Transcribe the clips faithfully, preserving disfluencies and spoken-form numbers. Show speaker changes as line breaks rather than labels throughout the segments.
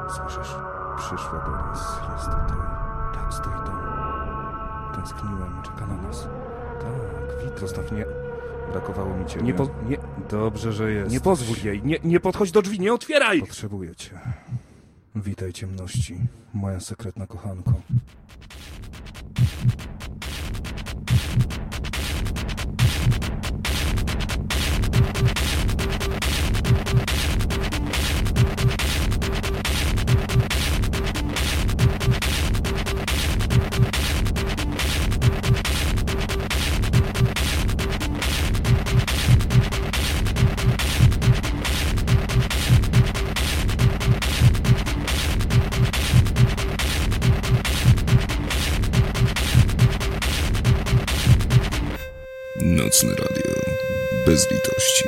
Słyszysz? Przyszła do nas, jest tutaj. Tak, stoi tam. Tęskniłem, czeka na nas. Tak, widzę. Zostaw mnie. Brakowało mi cię.
Nie po... Nie...
Dobrze, że jest.
Nie pozwól jej. Nie, nie podchodź do drzwi, nie otwieraj!
Potrzebuję cię. Witaj, ciemności, moja sekretna kochanko.
Nocne radio bez litości.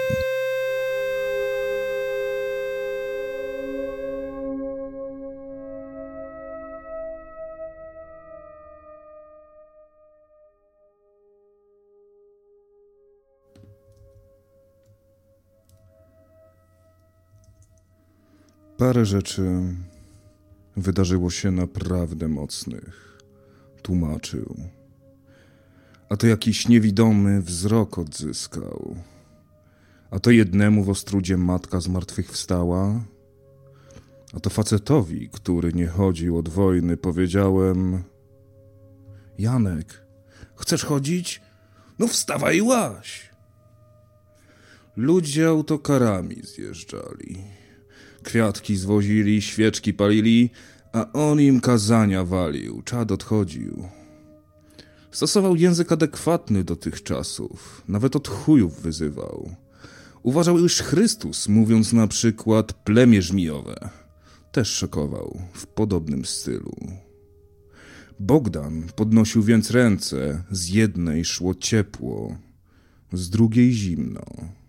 Parę rzeczy wydarzyło się naprawdę mocnych. Tłumaczył. A to jakiś niewidomy wzrok odzyskał. A to jednemu w Ostrudzie matka zmartwychwstała. A to facetowi, który nie chodził od wojny, powiedziałem: Janek, chcesz chodzić? No wstawaj i łaź. Ludzie autokarami zjeżdżali. Kwiatki zwozili, świeczki palili, a on im kazania walił, czad odchodził. Stosował język adekwatny do tych czasów, nawet od chujów wyzywał. Uważał, iż Chrystus, mówiąc na przykład plemię żmijowe, też szokował w podobnym stylu. Bogdan podnosił więc ręce, z jednej szło ciepło, z drugiej zimno.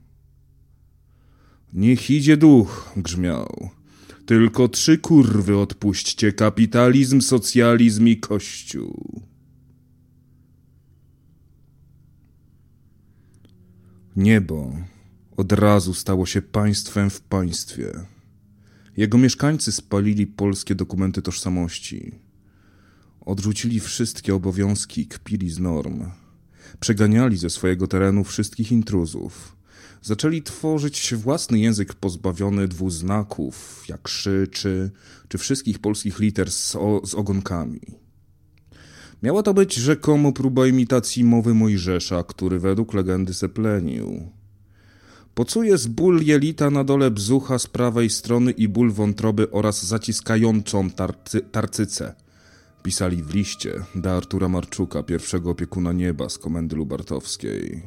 Niech idzie duch, grzmiał. Tylko trzy kurwy odpuśćcie, kapitalizm, socjalizm i kościół. Niebo od razu stało się państwem w państwie. Jego mieszkańcy spalili polskie dokumenty tożsamości. Odrzucili wszystkie obowiązki, kpili z norm. Przeganiali ze swojego terenu wszystkich intruzów. Zaczęli tworzyć własny język pozbawiony dwuznaków, jak szy, czy, czy wszystkich polskich liter z, o, z ogonkami. Miała to być rzekomo próba imitacji mowy Mojżesza, który według legendy seplenił. Pocuje z ból jelita na dole brzucha z prawej strony i ból wątroby oraz zaciskającą tarcy, tarcycę. Pisali w liście do Artura Marczuka, pierwszego opiekuna nieba z komendy lubartowskiej.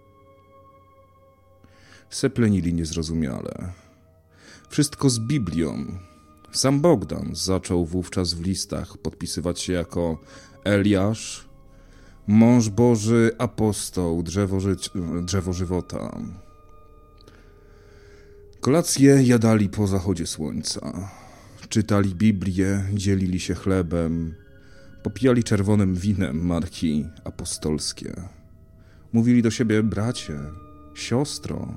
Seplenili niezrozumiale. Wszystko z Biblią. Sam Bogdan zaczął wówczas w listach podpisywać się jako Eliasz, mąż Boży, apostoł, drzewo, ży- drzewo żywota. Kolację jadali po zachodzie słońca. Czytali Biblię, dzielili się chlebem, popijali czerwonym winem marki apostolskie. Mówili do siebie: bracie, siostro.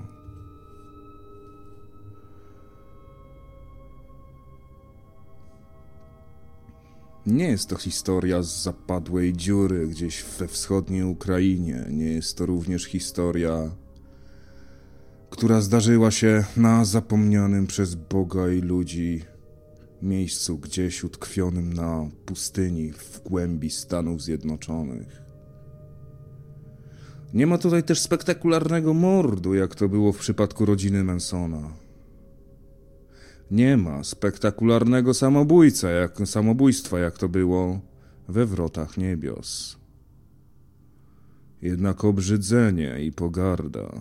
Nie jest to historia z zapadłej dziury gdzieś we wschodniej Ukrainie. Nie jest to również historia, która zdarzyła się na zapomnianym przez Boga i ludzi miejscu gdzieś utkwionym na pustyni w głębi Stanów Zjednoczonych. Nie ma tutaj też spektakularnego mordu, jak to było w przypadku rodziny Mansona. Nie ma spektakularnego samobójca, jak, samobójstwa, jak to było we Wrotach Niebios. Jednak obrzydzenie i pogarda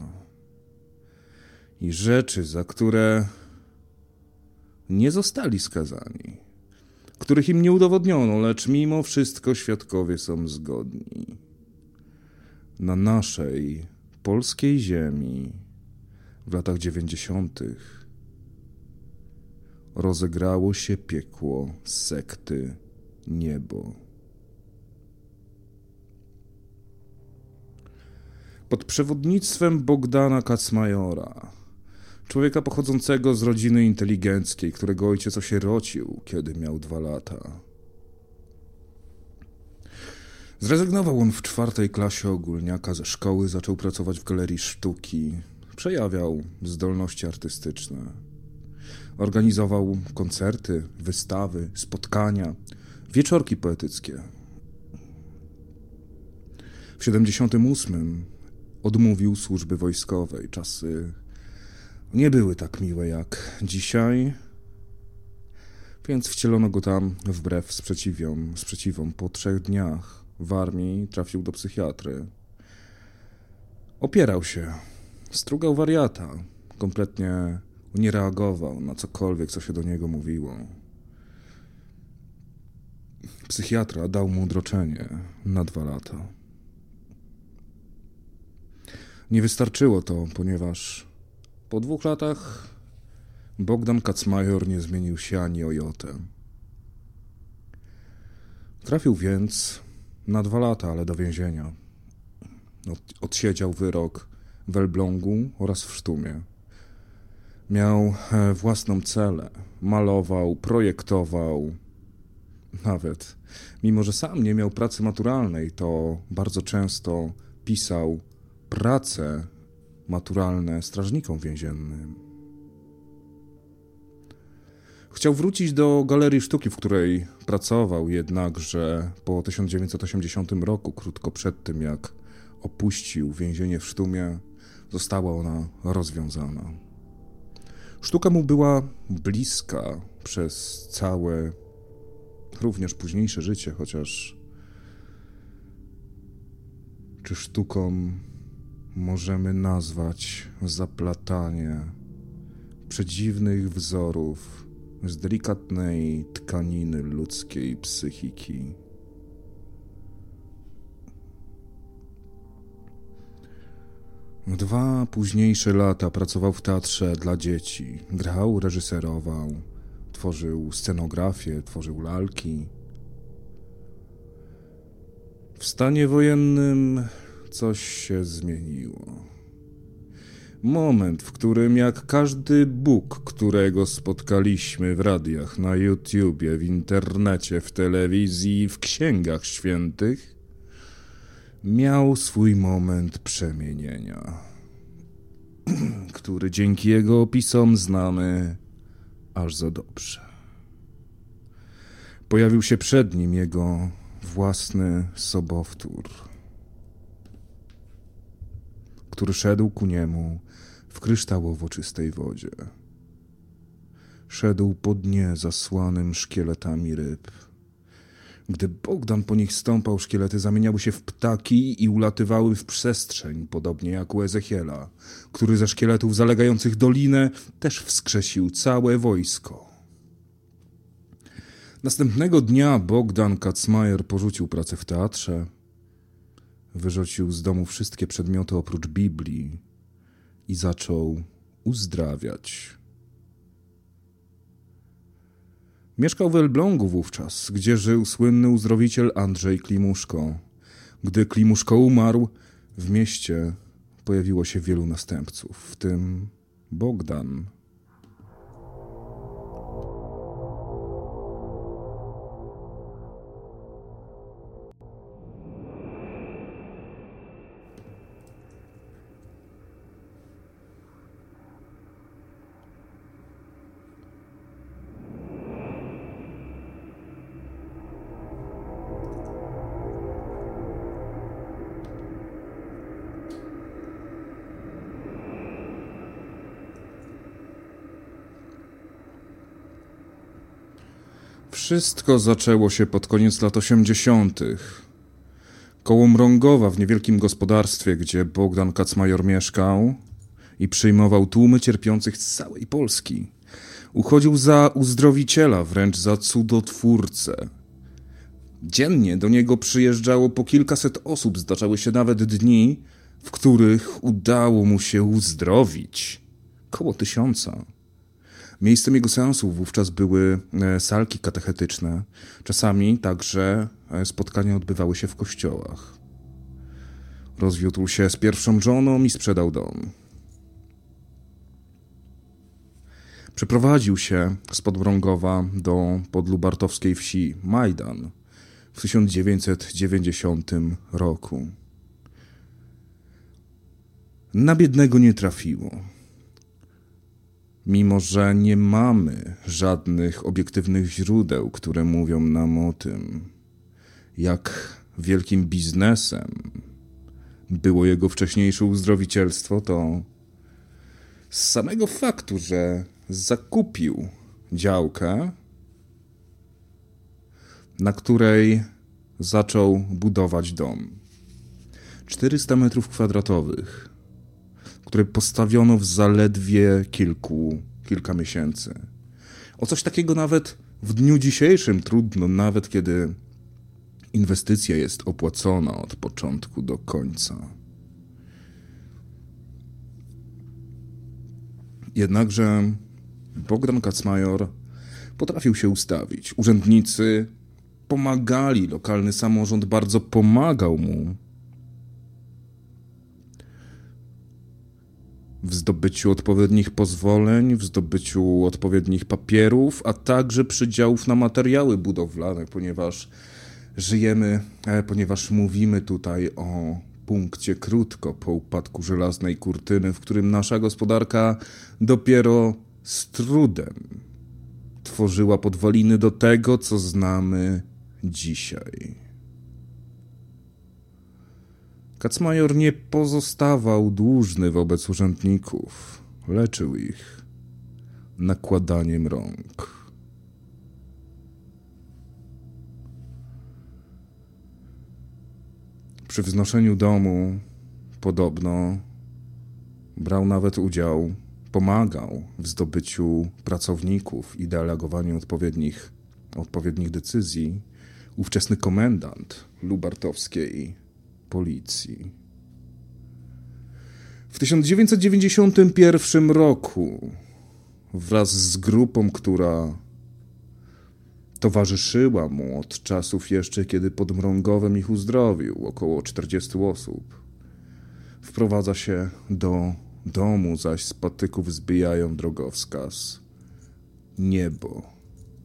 i rzeczy, za które nie zostali skazani, których im nie udowodniono, lecz mimo wszystko świadkowie są zgodni. Na naszej polskiej ziemi w latach dziewięćdziesiątych rozegrało się piekło sekty Niebo. Pod przewodnictwem Bogdana Kacmajora, Człowieka pochodzącego z rodziny inteligenckiej, którego ojciec osierocił, kiedy miał dwa lata. Zrezygnował on w czwartej klasie ogólniaka ze szkoły, zaczął pracować w galerii sztuki. Przejawiał zdolności artystyczne. Organizował koncerty, wystawy, spotkania, wieczorki poetyckie. W siedemdziesiątym ósmym odmówił służby wojskowej. Czasy nie były tak miłe jak dzisiaj, więc wcielono go tam wbrew sprzeciwiom. sprzeciwom. Po trzech dniach w armii trafił do psychiatry. Opierał się, strugał wariata, kompletnie nie reagował na cokolwiek, co się do niego mówiło. Psychiatra dał mu odroczenie na dwa lata. Nie wystarczyło to, ponieważ po dwóch latach Bogdan Kacmajor nie zmienił się ani o jotę. Trafił więc na dwa lata, ale do więzienia. Odsiedział wyrok w Elblągu oraz w Sztumie. Miał własną celę, malował, projektował. Nawet, mimo że sam nie miał pracy maturalnej, to bardzo często pisał prace maturalne strażnikom więziennym. Chciał wrócić do Galerii Sztuki, w której pracował, jednakże po tysiąc dziewięćset osiemdziesiątym roku, krótko przed tym jak opuścił więzienie w Sztumie, została ona rozwiązana. Sztuka mu była bliska przez całe, również późniejsze życie, chociaż czy sztuką możemy nazwać zaplatanie przedziwnych wzorów z delikatnej tkaniny ludzkiej psychiki. W dwa późniejsze lata pracował w teatrze dla dzieci. Grał, reżyserował, tworzył scenografię, tworzył lalki. W stanie wojennym coś się zmieniło. Moment, w którym jak każdy Bóg, którego spotkaliśmy w radiach, na YouTubie, w internecie, w telewizji, w księgach świętych, miał swój moment przemienienia, który dzięki jego opisom znamy aż za dobrze. Pojawił się przed nim jego własny sobowtór, który szedł ku niemu w kryształowo czystej wodzie. Szedł po dnie zasłanym szkieletami ryb. Gdy Bogdan po nich stąpał, szkielety zamieniały się w ptaki i ulatywały w przestrzeń, podobnie jak u Ezechiela, który ze szkieletów zalegających dolinę też wskrzesił całe wojsko. Następnego dnia Bogdan Kacmajer porzucił pracę w teatrze, wyrzucił z domu wszystkie przedmioty oprócz Biblii i zaczął uzdrawiać. Mieszkał w Elblągu wówczas, gdzie żył słynny uzdrowiciel Andrzej Klimuszko. Gdy Klimuszko umarł, w mieście pojawiło się wielu następców, w tym Bogdan. Wszystko zaczęło się pod koniec lat osiemdziesiątych. Koło Mrągowa, w niewielkim gospodarstwie, gdzie Bogdan Kacmajor mieszkał i przyjmował tłumy cierpiących z całej Polski. Uchodził za uzdrowiciela, wręcz za cudotwórcę. Dziennie do niego przyjeżdżało po kilkaset osób, zdarzały się nawet dni, w których udało mu się uzdrowić. Koło tysiąca. Miejscem jego seansów wówczas były salki katechetyczne. Czasami także spotkania odbywały się w kościołach. Rozwiódł się z pierwszą żoną i sprzedał dom. Przeprowadził się spod Mrągowa do podlubartowskiej wsi Majdan w tysiąc dziewięćset dziewięćdziesiątym roku. Na biednego nie trafiło. Mimo że nie mamy żadnych obiektywnych źródeł, które mówią nam o tym, jak wielkim biznesem było jego wcześniejsze uzdrowicielstwo, to z samego faktu, że zakupił działkę, na której zaczął budować dom. czterysta metrów kwadratowych, które postawiono w zaledwie kilku, kilka miesięcy. O coś takiego nawet w dniu dzisiejszym trudno, nawet kiedy inwestycja jest opłacona od początku do końca. Jednakże Bogdan Kacmajor potrafił się ustawić. Urzędnicy pomagali, lokalny samorząd bardzo pomagał mu w zdobyciu odpowiednich pozwoleń, w zdobyciu odpowiednich papierów, a także przydziałów na materiały budowlane, ponieważ żyjemy, ponieważ mówimy tutaj o punkcie krótko po upadku żelaznej kurtyny, w którym nasza gospodarka dopiero z trudem tworzyła podwaliny do tego, co znamy dzisiaj. Kacmajor nie pozostawał dłużny wobec urzędników. Leczył ich nakładaniem rąk. Przy wznoszeniu domu podobno brał nawet udział, pomagał w zdobyciu pracowników i delegowaniu odpowiednich, odpowiednich decyzji ówczesny komendant lubartowskiej policji. W tysiąc dziewięćset dziewięćdziesiątym pierwszym roku wraz z grupą, która towarzyszyła mu od czasów jeszcze, kiedy pod Mrągowem ich uzdrowił, około czterdziestu osób, wprowadza się do domu, zaś z patyków zbijają drogowskaz: niebo.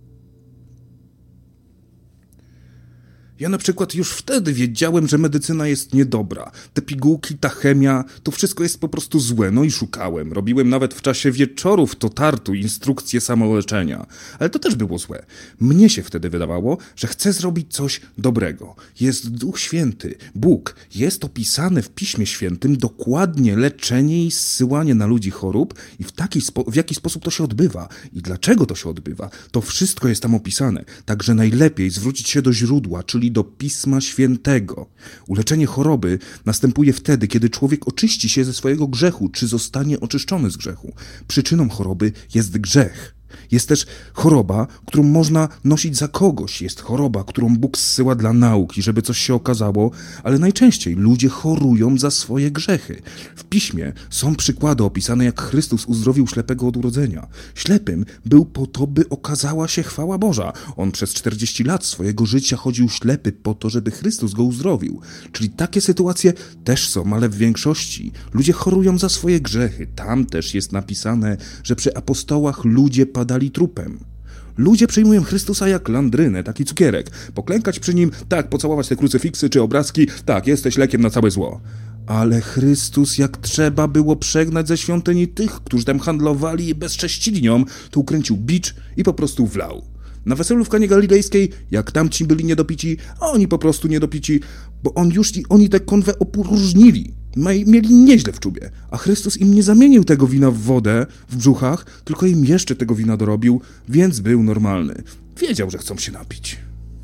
Ja na przykład już wtedy wiedziałem, że medycyna jest niedobra. Te pigułki, ta chemia, to wszystko jest po prostu złe. No i szukałem. Robiłem nawet w czasie wieczorów to tartu instrukcje samoleczenia. Ale to też było złe. Mnie się wtedy wydawało, że chcę zrobić coś dobrego. Jest Duch Święty, Bóg. Jest opisane w Piśmie Świętym dokładnie leczenie i zsyłanie na ludzi chorób i w, taki spo- w jaki sposób to się odbywa. I dlaczego to się odbywa. To wszystko jest tam opisane. Także najlepiej zwrócić się do źródła, czyli do Pisma Świętego. Uleczenie choroby następuje wtedy, kiedy człowiek oczyści się ze swojego grzechu, czy zostanie oczyszczony z grzechu. Przyczyną choroby jest grzech. Jest też choroba, którą można nosić za kogoś. Jest choroba, którą Bóg zsyła dla nauki, żeby coś się okazało, ale najczęściej ludzie chorują za swoje grzechy. W Piśmie są przykłady opisane, jak Chrystus uzdrowił ślepego od urodzenia. Ślepym był po to, by okazała się chwała Boża. On przez czterdzieści lat swojego życia chodził ślepy po to, żeby Chrystus go uzdrowił. Czyli takie sytuacje też są, ale w większości ludzie chorują za swoje grzechy. Tam też jest napisane, że przy apostołach ludzie padali trupem. Ludzie przyjmują Chrystusa jak landrynę, taki cukierek. Poklękać przy nim, tak, pocałować te krucyfiksy czy obrazki, tak, jesteś lekiem na całe zło. Ale Chrystus, jak trzeba było przegnać ze świątyni tych, którzy tam handlowali i bezcześcili nią, to ukręcił bicz i po prostu wlał. Na weselu w Kanie Galilejskiej, jak tamci byli niedopici, a oni po prostu niedopici, bo on już i oni tę konwę opróżnili. Mieli nieźle w czubie, a Chrystus im nie zamienił tego wina w wodę w brzuchach, tylko im jeszcze tego wina dorobił, więc był normalny. Wiedział, że chcą się napić.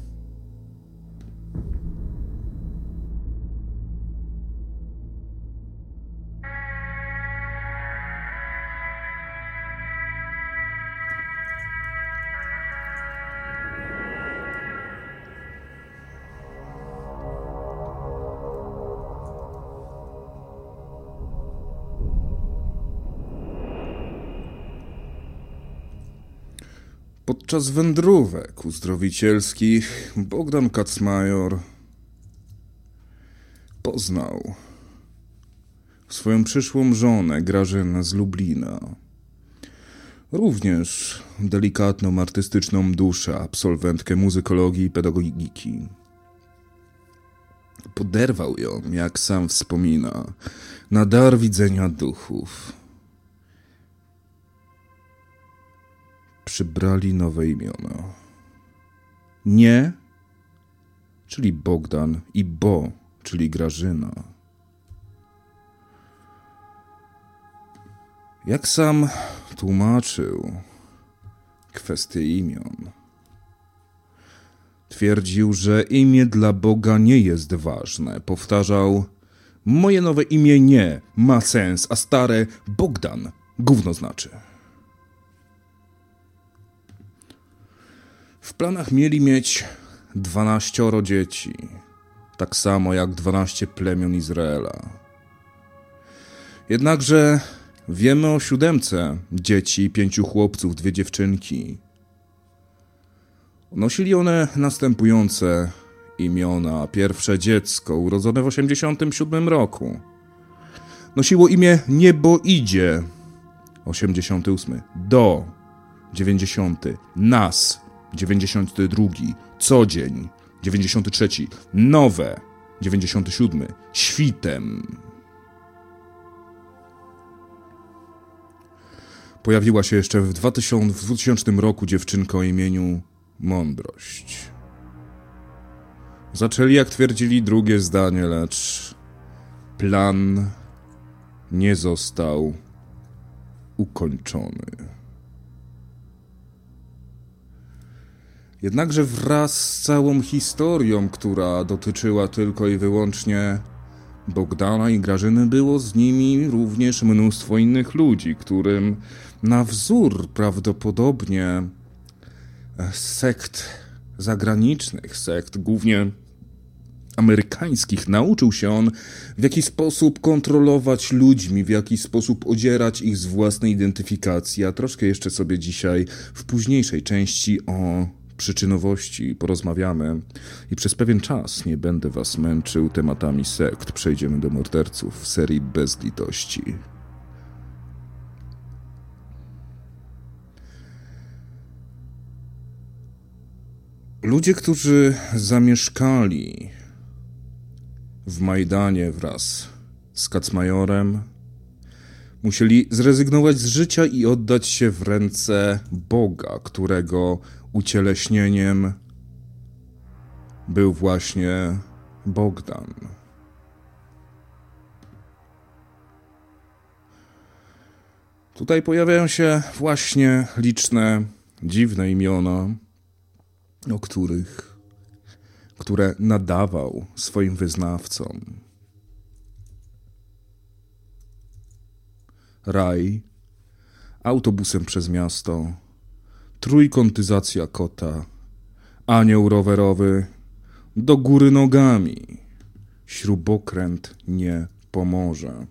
Podczas wędrówek uzdrowicielskich Bogdan Kacmajor poznał swoją przyszłą żonę Grażynę z Lublina. Również delikatną, artystyczną duszę, absolwentkę muzykologii i pedagogiki. Poderwał ją, jak sam wspomina, na dar widzenia duchów. Przybrali nowe imiona. Nie, czyli Bogdan, i Bo, czyli Grażyna. Jak sam tłumaczył kwestię imion, twierdził, że imię dla Boga nie jest ważne. Powtarzał: moje nowe imię nie ma sens, a stare Bogdan gówno znaczy. W planach mieli mieć dwanaścioro dzieci, tak samo jak dwanaście plemion Izraela. Jednakże wiemy o siódemce dzieci, pięciu chłopców, dwie dziewczynki. Nosili one następujące imiona. Pierwsze dziecko, urodzone w osiemdziesiątym siódmym roku, nosiło imię Niebo idzie. osiemdziesiąty ósmy. Do. dziewięćdziesiąty. Nas. dziewięćdziesiąty drugi. Co dzień. dziewięćdziesiąty trzeci. Nowe. dziewięćdziesiąty siódmy. Świtem. Pojawiła się jeszcze w dwutysięcznym roku dziewczynka o imieniu Mądrość. Zaczęli, jak twierdzili, drugie zdanie, lecz plan nie został ukończony. Jednakże wraz z całą historią, która dotyczyła tylko i wyłącznie Bogdana i Grażyny, było z nimi również mnóstwo innych ludzi, którym na wzór prawdopodobnie sekt zagranicznych, sekt głównie amerykańskich, nauczył się on, w jaki sposób kontrolować ludźmi, w jaki sposób odzierać ich z własnej identyfikacji, a troszkę jeszcze sobie dzisiaj w późniejszej części o przyczynowości porozmawiamy i przez pewien czas nie będę was męczył tematami sekt. Przejdziemy do morderców w serii Bez litości. Ludzie, którzy zamieszkali w Majdanie wraz z Kacmajorem, musieli zrezygnować z życia i oddać się w ręce Boga, którego ucieleśnieniem był właśnie Bogdan. Tutaj pojawiają się właśnie liczne, dziwne imiona, o których, które nadawał swoim wyznawcom. Raj, autobusem przez miasto, trójkątyzacja kota, anioł rowerowy, do góry nogami, śrubokręt nie pomoże.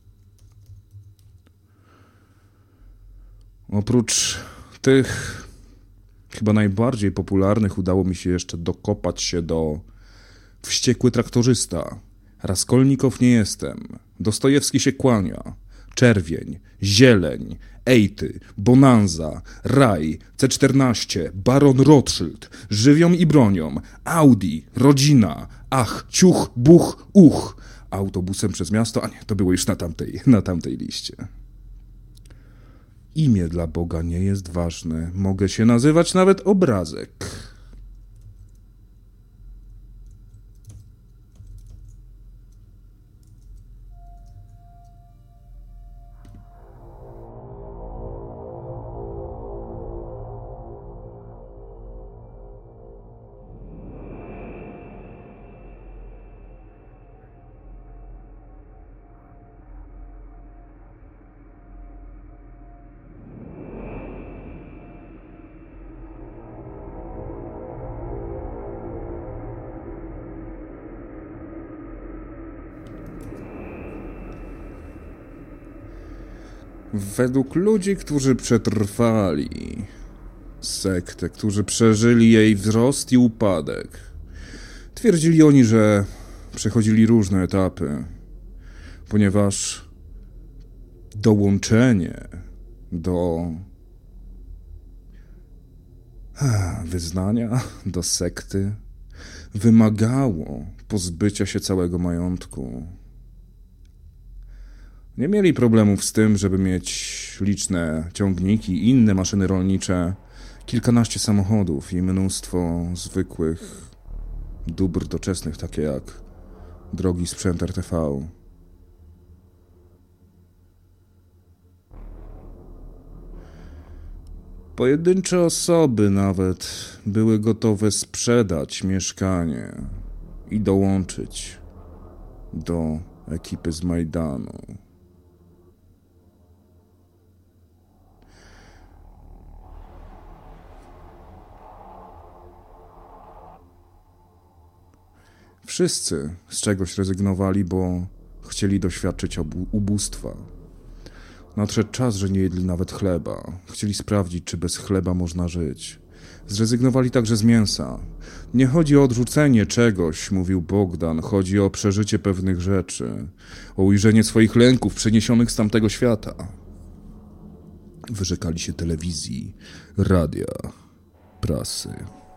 Oprócz tych chyba najbardziej popularnych udało mi się jeszcze dokopać się do Wściekły traktorzysta, Raskolnikow nie jestem, Dostojewski się kłania, Czerwień, Zieleń, Ejty, Bonanza, Raj, C czternaście, Baron Rothschild, Żywią i bronią, Audi, Rodzina, Ach, Ciuch, Buch, Uch, autobusem przez miasto, a nie, to było już na tamtej, na tamtej liście. Imię dla Boga nie jest ważne, mogę się nazywać nawet Obrazek. Według ludzi, którzy przetrwali sektę, którzy przeżyli jej wzrost i upadek, twierdzili oni, że przechodzili różne etapy, ponieważ dołączenie do wyznania, do sekty, wymagało pozbycia się całego majątku. Nie mieli problemów z tym, żeby mieć liczne ciągniki i inne maszyny rolnicze, kilkanaście samochodów i mnóstwo zwykłych dóbr doczesnych, takie jak drogi sprzęt R T V. Pojedyncze osoby nawet były gotowe sprzedać mieszkanie i dołączyć do ekipy z Majdanu. Wszyscy z czegoś rezygnowali, bo chcieli doświadczyć obu- ubóstwa. Nadszedł czas, że nie jedli nawet chleba. Chcieli sprawdzić, czy bez chleba można żyć. Zrezygnowali także z mięsa. Nie chodzi o odrzucenie czegoś, mówił Bogdan, chodzi o przeżycie pewnych rzeczy, o ujrzenie swoich lęków przeniesionych z tamtego świata. Wyrzekali się telewizji, radia, prasy.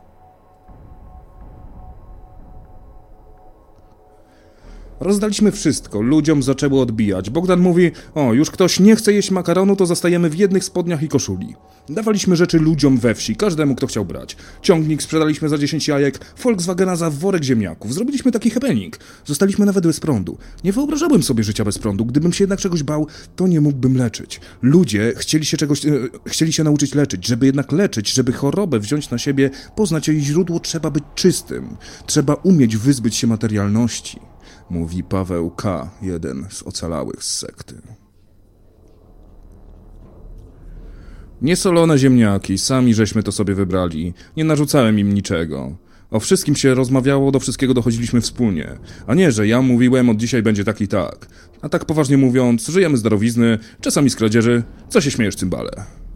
Rozdaliśmy wszystko, ludziom zaczęło odbijać. Bogdan mówi, o, już ktoś nie chce jeść makaronu, to zostajemy w jednych spodniach i koszuli. Dawaliśmy rzeczy ludziom we wsi, każdemu, kto chciał brać. Ciągnik sprzedaliśmy za dziesięć jajek, Volkswagena za worek ziemniaków. Zrobiliśmy taki happening. Zostaliśmy nawet bez prądu. Nie wyobrażałem sobie życia bez prądu. Gdybym się jednak czegoś bał, to nie mógłbym leczyć. Ludzie chcieli się czegoś, e, chcieli się nauczyć leczyć. Żeby jednak leczyć, żeby chorobę wziąć na siebie, poznać jej źródło, trzeba być czystym. Trzeba umieć wyzbyć się materialności. Mówi Paweł K., jeden z ocalałych z sekty. Niesolone ziemniaki, sami żeśmy to sobie wybrali. Nie narzucałem im niczego. O wszystkim się rozmawiało, do wszystkiego dochodziliśmy wspólnie. A nie, że ja mówiłem, od dzisiaj będzie tak i tak. A tak poważnie mówiąc, żyjemy z darowizny, czasami z kradzieży. Co się śmiejesz, cymbale?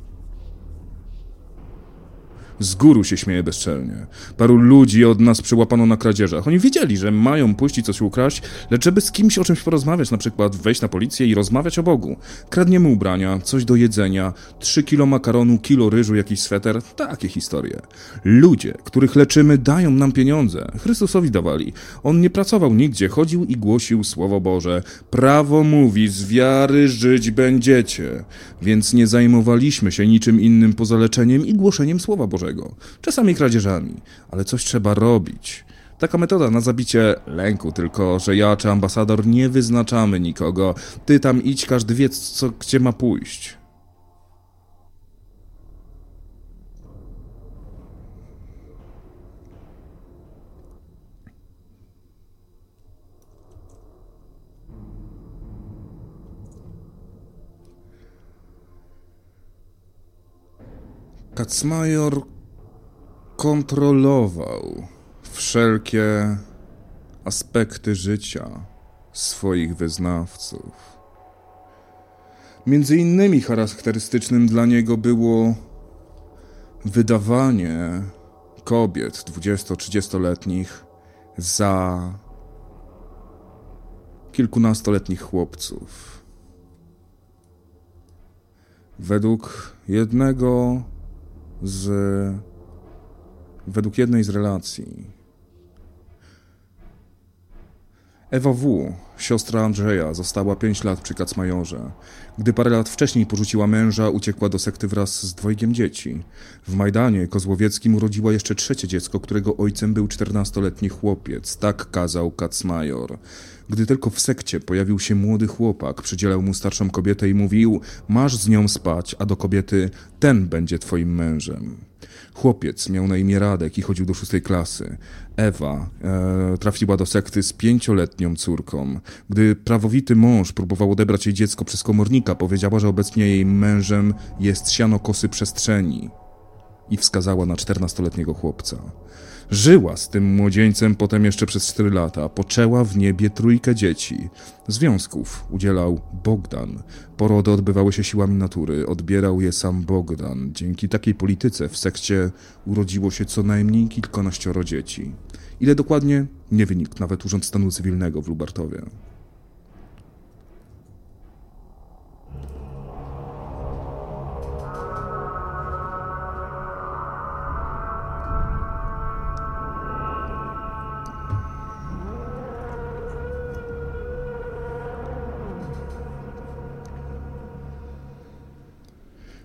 Z góry się śmieje bezczelnie. Paru ludzi od nas przyłapano na kradzieżach. Oni wiedzieli, że mają pójść i coś ukraść, lecz żeby z kimś o czymś porozmawiać, na przykład wejść na policję i rozmawiać o Bogu. Kradniemy ubrania, coś do jedzenia, trzy kilo makaronu, kilo ryżu, jakiś sweter. Takie historie. Ludzie, których leczymy, dają nam pieniądze. Chrystusowi dawali. On nie pracował nigdzie, chodził i głosił Słowo Boże. Prawo mówi, z wiary żyć będziecie. Więc nie zajmowaliśmy się niczym innym poza leczeniem i głoszeniem Słowa Bożego. Czasami kradzieżami, ale coś trzeba robić. Taka metoda na zabicie lęku, tylko że ja czy ambasador nie wyznaczamy nikogo. Ty tam idź, każdy wie, co, gdzie ma pójść. Kacmajor kontrolował wszelkie aspekty życia swoich wyznawców. Między innymi charakterystycznym dla niego było wydawanie kobiet dwudziesto-trzydziestoletnich za kilkunastoletnich chłopców. Według jednego z... według jednej z relacji Ewa W., siostra Andrzeja, została pięć lat przy Kacmajorze. Gdy parę lat wcześniej porzuciła męża, uciekła do sekty wraz z dwojgiem dzieci. W Majdanie Kozłowieckim urodziła jeszcze trzecie dziecko, którego ojcem był czternastoletni chłopiec. Tak kazał Kacmajor. Gdy tylko w sekcie pojawił się młody chłopak, przydzielał mu starszą kobietę i mówił: masz z nią spać, a do kobiety: ten będzie twoim mężem. Chłopiec miał na imię Radek i chodził do szóstej klasy. Ewa e, trafiła do sekty z pięcioletnią córką. Gdy prawowity mąż próbował odebrać jej dziecko przez komornika, powiedziała, że obecnie jej mężem jest sianokosy przestrzeni i wskazała na czternastoletniego chłopca. Żyła z tym młodzieńcem potem jeszcze przez cztery lata. Poczęła w niebie trójkę dzieci. Związków udzielał Bogdan. Porody odbywały się siłami natury. Odbierał je sam Bogdan. Dzięki takiej polityce w sekcie urodziło się co najmniej kilkanaścioro dzieci. Ile dokładnie? Nie wie nikt, nawet Urząd Stanu Cywilnego w Lubartowie.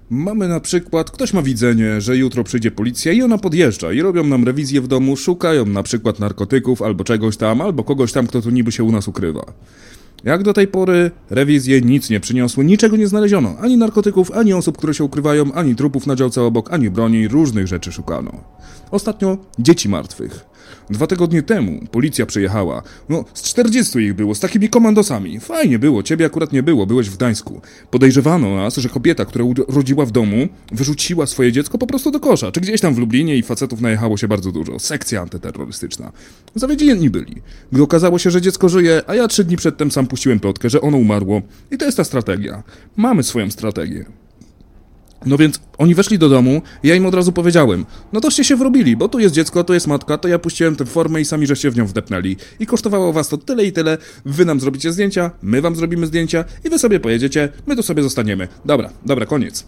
Mamy na przykład, ktoś ma widzenie, że jutro przyjdzie policja i ona podjeżdża i robią nam rewizję w domu, szukają na przykład narkotyków albo czegoś tam, albo kogoś tam, kto tu niby się u nas ukrywa. Jak do tej pory rewizje nic nie przyniosły, niczego nie znaleziono. Ani narkotyków, ani osób, które się ukrywają, ani trupów na działce obok, ani broni, różnych rzeczy szukano. Ostatnio dzieci martwych. Dwa tygodnie temu policja przyjechała. No, z czterdziestu ich było, z takimi komandosami. Fajnie było, ciebie akurat nie było, byłeś w Gdańsku. Podejrzewano nas, że kobieta, która urodziła w domu, wyrzuciła swoje dziecko po prostu do kosza. Czy gdzieś tam w Lublinie i facetów najechało się bardzo dużo. Sekcja antyterrorystyczna. Zawiedzieni byli. Gdy okazało się, że dziecko żyje, a ja trzy dni przedtem sam puściłem plotkę, że ono umarło. I to jest ta strategia. Mamy swoją strategię. No więc oni weszli do domu i ja im od razu powiedziałem, no toście się wrobili, bo tu jest dziecko, tu jest matka, to ja puściłem tę formę i sami żeście w nią wdepnęli. I kosztowało was to tyle i tyle, wy nam zrobicie zdjęcia, my wam zrobimy zdjęcia i wy sobie pojedziecie, my tu sobie zostaniemy. Dobra, dobra, koniec.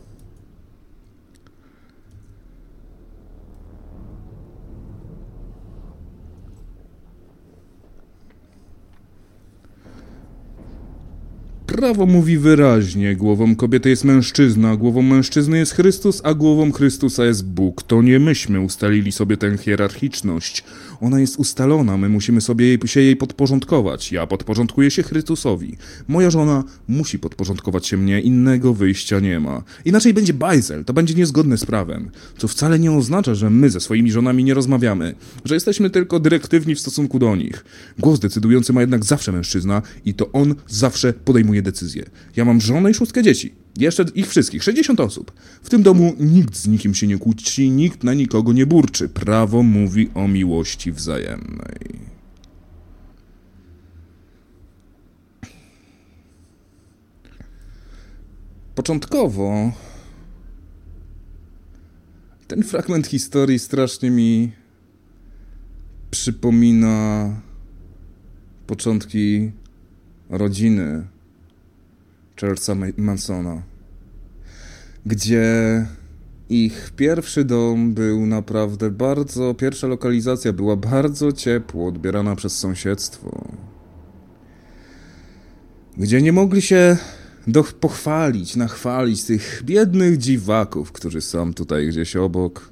Prawo mówi wyraźnie, głową kobiety jest mężczyzna, głową mężczyzny jest Chrystus, a głową Chrystusa jest Bóg. To nie myśmy ustalili sobie tę hierarchiczność. Ona jest ustalona, my musimy sobie jej, się jej podporządkować. Ja podporządkuję się Chrystusowi. Moja żona musi podporządkować się mnie, innego wyjścia nie ma. Inaczej będzie bajzel, to będzie niezgodne z prawem. Co wcale nie oznacza, że my ze swoimi żonami nie rozmawiamy, że jesteśmy tylko dyrektywni w stosunku do nich. Głos decydujący ma jednak zawsze mężczyzna i to on zawsze podejmuje decyzję. Ja mam żonę i szóstkę dzieci. Jeszcze ich wszystkich, sześćdziesiąt osób. W tym domu nikt z nikim się nie kłóci, nikt na nikogo nie burczy. Prawo mówi o miłości wzajemnej. Początkowo ten fragment historii strasznie mi przypomina początki rodziny Charlesa Mansona, gdzie ich pierwszy dom był naprawdę bardzo, pierwsza lokalizacja była bardzo ciepło odbierana przez sąsiedztwo, gdzie nie mogli się do, pochwalić, nachwalić tych biednych dziwaków, którzy są tutaj gdzieś obok.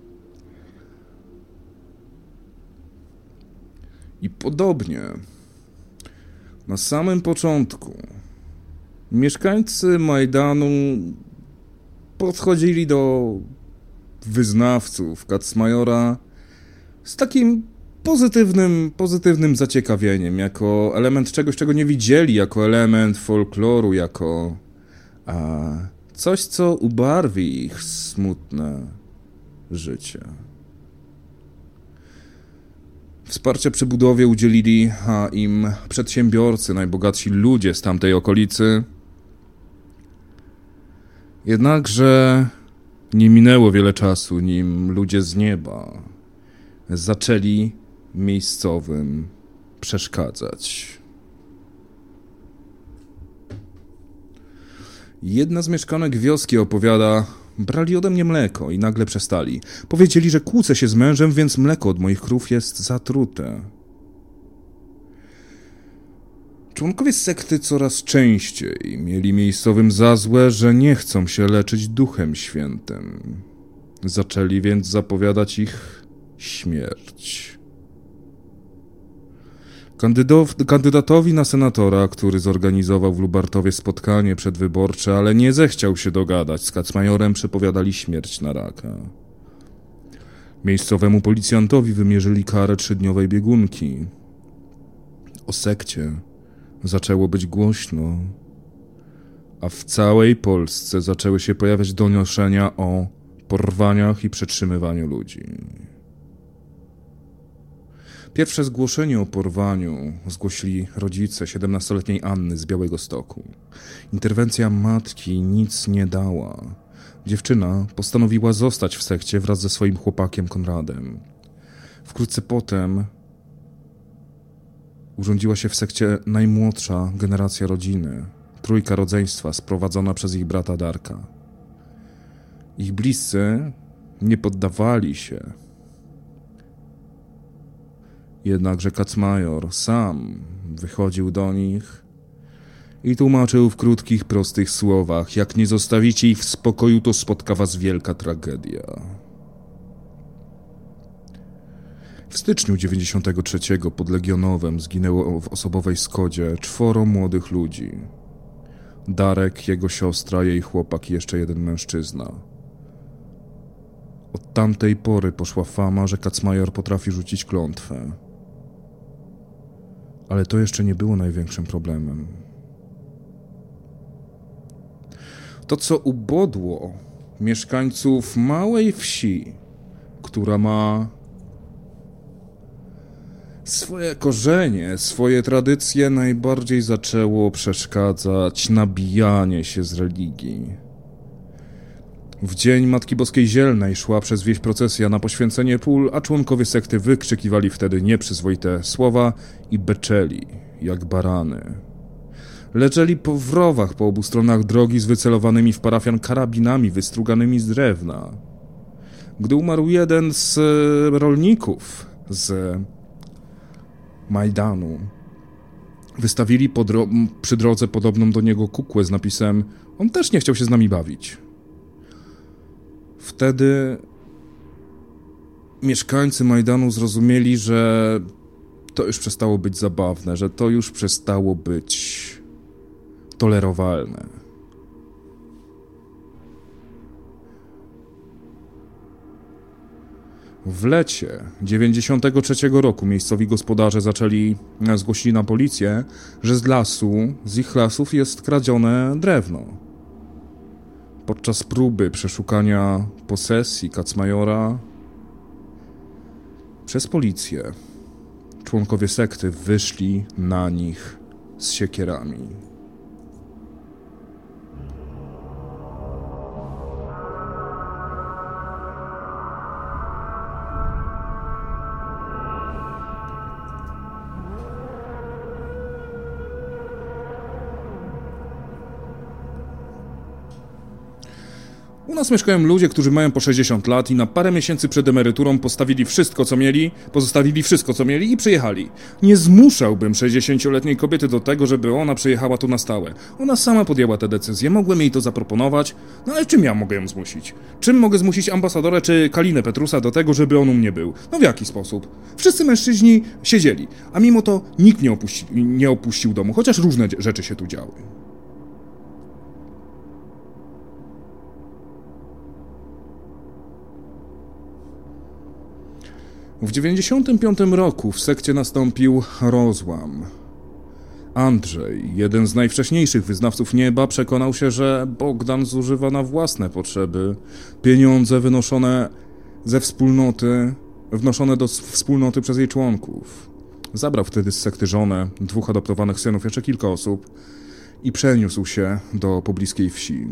I podobnie na samym początku mieszkańcy Majdanu podchodzili do wyznawców Kacmajora z takim pozytywnym, pozytywnym zaciekawieniem, jako element czegoś, czego nie widzieli, jako element folkloru, jako a, coś, co ubarwi ich smutne życie. Wsparcie przy budowie udzielili a, im przedsiębiorcy, najbogatsi ludzie z tamtej okolicy. Jednakże nie minęło wiele czasu, nim ludzie z nieba zaczęli miejscowym przeszkadzać. Jedna z mieszkanek wioski opowiada: brali ode mnie mleko i nagle przestali. Powiedzieli, że kłócę się z mężem, więc mleko od moich krów jest zatrute. Członkowie sekty coraz częściej mieli miejscowym za złe, że nie chcą się leczyć Duchem Świętym. Zaczęli więc zapowiadać ich śmierć. Kandydow- kandydatowi na senatora, który zorganizował w Lubartowie spotkanie przedwyborcze, ale nie zechciał się dogadać z Kacmajorem, przepowiadali śmierć na raka. Miejscowemu policjantowi wymierzyli karę trzydniowej biegunki. O sekcie zaczęło być głośno, a w całej Polsce zaczęły się pojawiać doniesienia o porwaniach i przetrzymywaniu ludzi. Pierwsze zgłoszenie o porwaniu zgłosili rodzice siedemnastoletniej Anny z Białegostoku. Interwencja matki nic nie dała. Dziewczyna postanowiła zostać w sekcie wraz ze swoim chłopakiem Konradem. Wkrótce potem urządziła się w sekcie najmłodsza generacja rodziny, trójka rodzeństwa sprowadzona przez ich brata Darka. Ich bliscy nie poddawali się. Jednakże Kacmajor sam wychodził do nich i tłumaczył w krótkich, prostych słowach: jak nie zostawicie ich w spokoju, to spotka was wielka tragedia. W styczniu dziewięćdziesiątego trzeciego pod Legionowem zginęło w osobowej Skodzie czworo młodych ludzi. Darek, jego siostra, jej chłopak i jeszcze jeden mężczyzna. Od tamtej pory poszła fama, że Kacmajor potrafi rzucić klątwę. Ale to jeszcze nie było największym problemem. To, co ubodło mieszkańców małej wsi, która ma swoje korzenie, swoje tradycje, najbardziej zaczęło przeszkadzać nabijanie się z religii. W dzień Matki Boskiej Zielnej szła przez wieś procesja na poświęcenie pól, a członkowie sekty wykrzykiwali wtedy nieprzyzwoite słowa i beczeli, jak barany. Leżeli po wrowach po obu stronach drogi z wycelowanymi w parafian karabinami wystruganymi z drewna. Gdy umarł jeden z rolników z Majdanu, wystawili po dro- przy drodze podobną do niego kukłę z napisem: on też nie chciał się z nami bawić. Wtedy mieszkańcy Majdanu zrozumieli, że to już przestało być zabawne, że to już przestało być tolerowalne. W lecie dziewięćdziesiątego trzeciego roku miejscowi gospodarze zaczęli zgłosić na policję, że z lasu, z ich lasów jest kradzione drewno. Podczas próby przeszukania posesji Kacmajora przez policję członkowie sekty wyszli na nich z siekierami. U nas mieszkają ludzie, którzy mają po sześćdziesiąt lat i na parę miesięcy przed emeryturą postawili wszystko, co mieli, pozostawili wszystko, co mieli i przyjechali. Nie zmuszałbym sześćdziesięcioletniej kobiety do tego, żeby ona przyjechała tu na stałe. Ona sama podjęła tę decyzję, mogłem jej to zaproponować, no ale czym ja mogę ją zmusić? Czym mogę zmusić ambasadora czy Kalinę Petrusa do tego, żeby on u mnie był? No w jaki sposób? Wszyscy mężczyźni siedzieli, a mimo to nikt nie opuści, nie opuścił domu, chociaż różne rzeczy się tu działy. W dziewięćdziesiątym piątym roku w sekcie nastąpił rozłam. Andrzej, jeden z najwcześniejszych wyznawców nieba, przekonał się, że Bogdan zużywa na własne potrzeby pieniądze wynoszone ze wspólnoty, wnoszone do wspólnoty przez jej członków. Zabrał wtedy z sekty żonę, dwóch adoptowanych synów, jeszcze kilka osób i przeniósł się do pobliskiej wsi.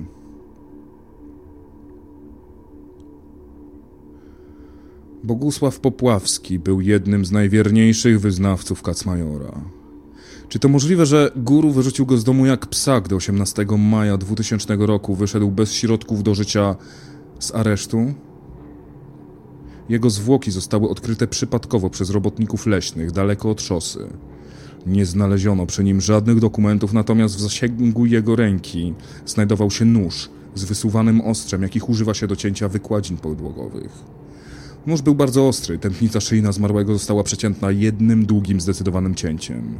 Bogusław Popławski był jednym z najwierniejszych wyznawców Kacmajora. Czy to możliwe, że guru wyrzucił go z domu jak psa, gdy osiemnastego maja dwutysięcznego roku wyszedł bez środków do życia z aresztu? Jego zwłoki zostały odkryte przypadkowo przez robotników leśnych, daleko od szosy. Nie znaleziono przy nim żadnych dokumentów, natomiast w zasięgu jego ręki znajdował się nóż z wysuwanym ostrzem, jakich używa się do cięcia wykładzin podłogowych. Nóż był bardzo ostry, tętnica szyjna zmarłego została przecięta jednym długim, zdecydowanym cięciem.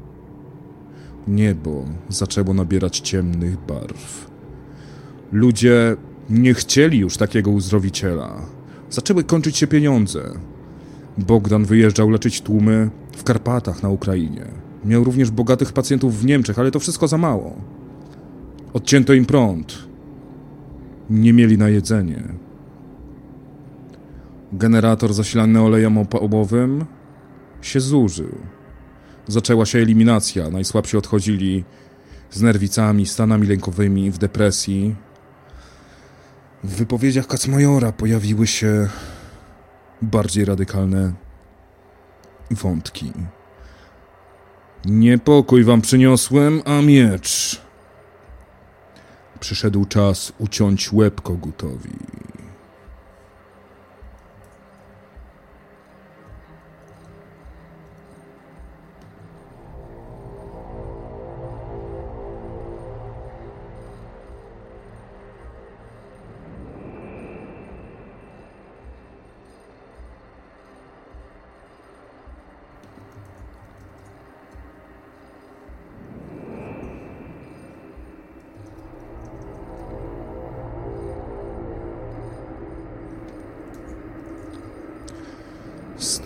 Niebo zaczęło nabierać ciemnych barw. Ludzie nie chcieli już takiego uzdrowiciela. Zaczęły kończyć się pieniądze. Bogdan wyjeżdżał leczyć tłumy w Karpatach na Ukrainie. Miał również bogatych pacjentów w Niemczech, ale to wszystko za mało. Odcięto im prąd. Nie mieli na jedzenie. Generator zasilany olejem opałowym się zużył. Zaczęła się eliminacja. Najsłabsi odchodzili z nerwicami, stanami lękowymi, w depresji. W wypowiedziach Kacmajora pojawiły się bardziej radykalne wątki. Niepokój wam przyniosłem, a miecz. Przyszedł czas uciąć łeb kogutowi.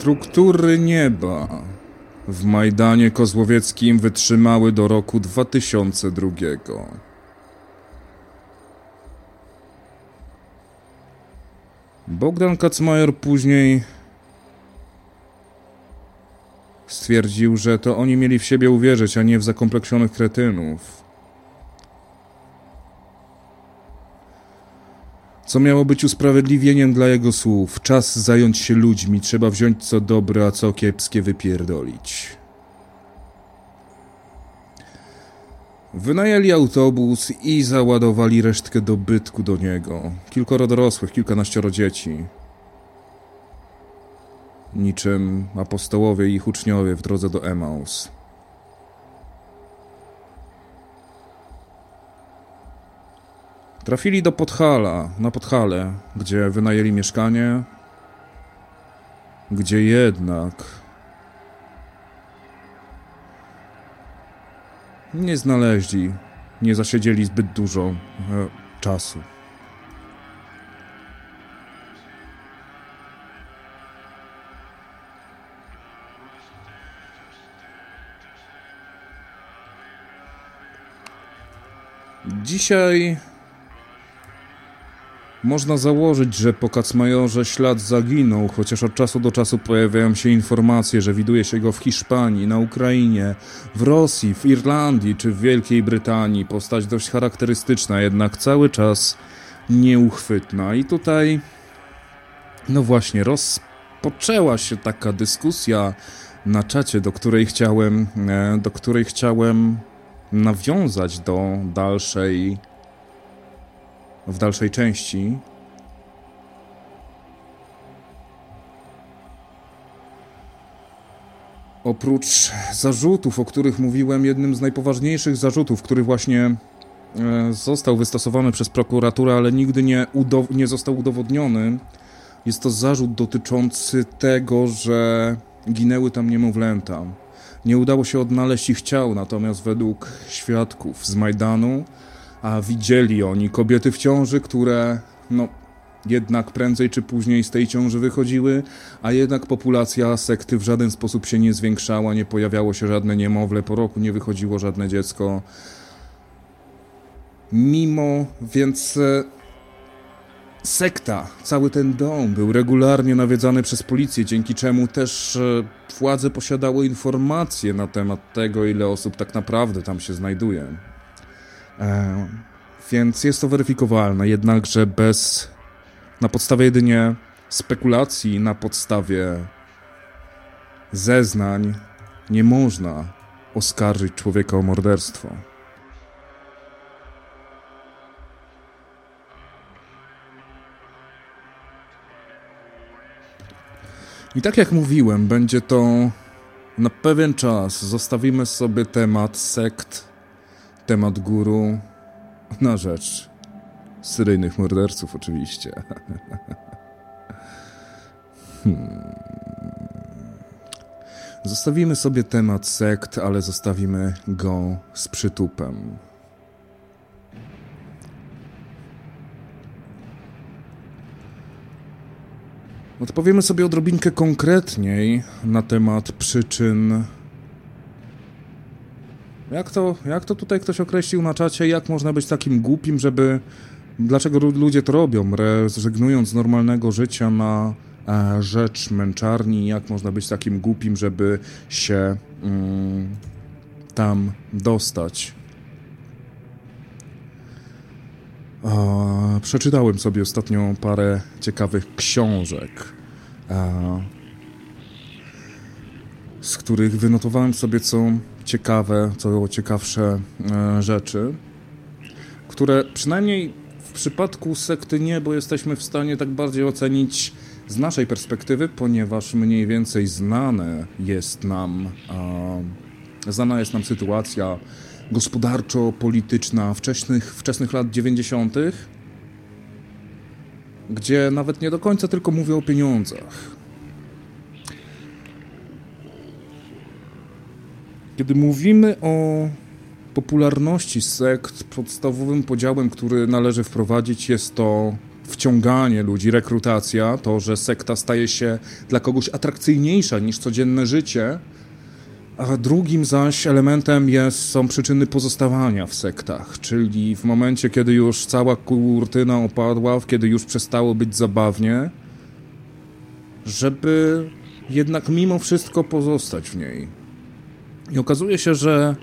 Struktury nieba w Majdanie Kozłowieckim wytrzymały do roku dwa tysiące drugiego. Bogdan Kacmajor później stwierdził, że to oni mieli w siebie uwierzyć, a nie w zakompleksionych kretynów. Co miało być usprawiedliwieniem dla jego słów. Czas zająć się ludźmi, trzeba wziąć co dobre, a co kiepskie wypierdolić. Wynajęli autobus i załadowali resztkę dobytku do niego. Kilkoro dorosłych, kilkanaścioro dzieci. Niczym apostołowie i ich uczniowie w drodze do Emaus. Trafili do Podhala, na Podhale, gdzie wynajęli mieszkanie, gdzie jednak nie znaleźli, nie zasiedzieli zbyt dużo e, czasu. Dzisiaj można założyć, że po Kacmajorze ślad zaginął, chociaż od czasu do czasu pojawiają się informacje, że widuje się go w Hiszpanii, na Ukrainie, w Rosji, w Irlandii czy w Wielkiej Brytanii. Postać dość charakterystyczna, jednak cały czas nieuchwytna. I tutaj, no właśnie, rozpoczęła się taka dyskusja na czacie, do której chciałem, do której chciałem nawiązać do dalszej w dalszej części. Oprócz zarzutów, o których mówiłem, jednym z najpoważniejszych zarzutów, który właśnie e, został wystosowany przez prokuraturę, ale nigdy nie, udow- nie został udowodniony, jest to zarzut dotyczący tego, że ginęły tam niemowlęta. Nie udało się odnaleźć ich ciał, natomiast według świadków z Majdanu, a widzieli oni kobiety w ciąży, które no jednak prędzej czy później z tej ciąży wychodziły, a jednak populacja sekty w żaden sposób się nie zwiększała, nie pojawiało się żadne niemowlę, po roku nie wychodziło żadne dziecko. Mimo, więc e, sekta, cały ten dom był regularnie nawiedzany przez policję, dzięki czemu też e, władze posiadały informacje na temat tego, ile osób tak naprawdę tam się znajduje. E, więc jest to weryfikowalne, jednakże bez, na podstawie jedynie spekulacji, na podstawie zeznań nie można oskarżyć człowieka o morderstwo. I tak jak mówiłem, będzie to na pewien czas. Zostawimy sobie temat sekt, temat guru na rzecz seryjnych morderców oczywiście. hmm. Zostawimy sobie temat sekt, ale zostawimy go z przytupem. Odpowiemy sobie odrobinkę konkretniej na temat przyczyn. Jak to, jak to tutaj ktoś określił na czacie, jak można być takim głupim, żeby... Dlaczego ludzie to robią, rezygnując z normalnego życia na e, rzecz męczarni, jak można być takim głupim, żeby się mm, tam dostać. E, przeczytałem sobie ostatnio parę ciekawych książek, e, z których wynotowałem sobie co ciekawe, co ciekawsze e, rzeczy, które przynajmniej w przypadku sekty nie, bo jesteśmy w stanie tak bardziej ocenić z naszej perspektywy, ponieważ mniej więcej znane jest nam, e, znana jest nam sytuacja gospodarczo-polityczna wczesnych, wczesnych lat dziewięćdziesiątych, gdzie nawet nie do końca tylko mówię o pieniądzach. Kiedy mówimy o popularności sekt, podstawowym podziałem, który należy wprowadzić, jest to wciąganie ludzi, rekrutacja, to, że sekta staje się dla kogoś atrakcyjniejsza niż codzienne życie, a drugim zaś elementem jest, są przyczyny pozostawania w sektach, czyli w momencie, kiedy już cała kurtyna opadła, kiedy już przestało być zabawnie, żeby jednak mimo wszystko pozostać w niej. I okazuje się, że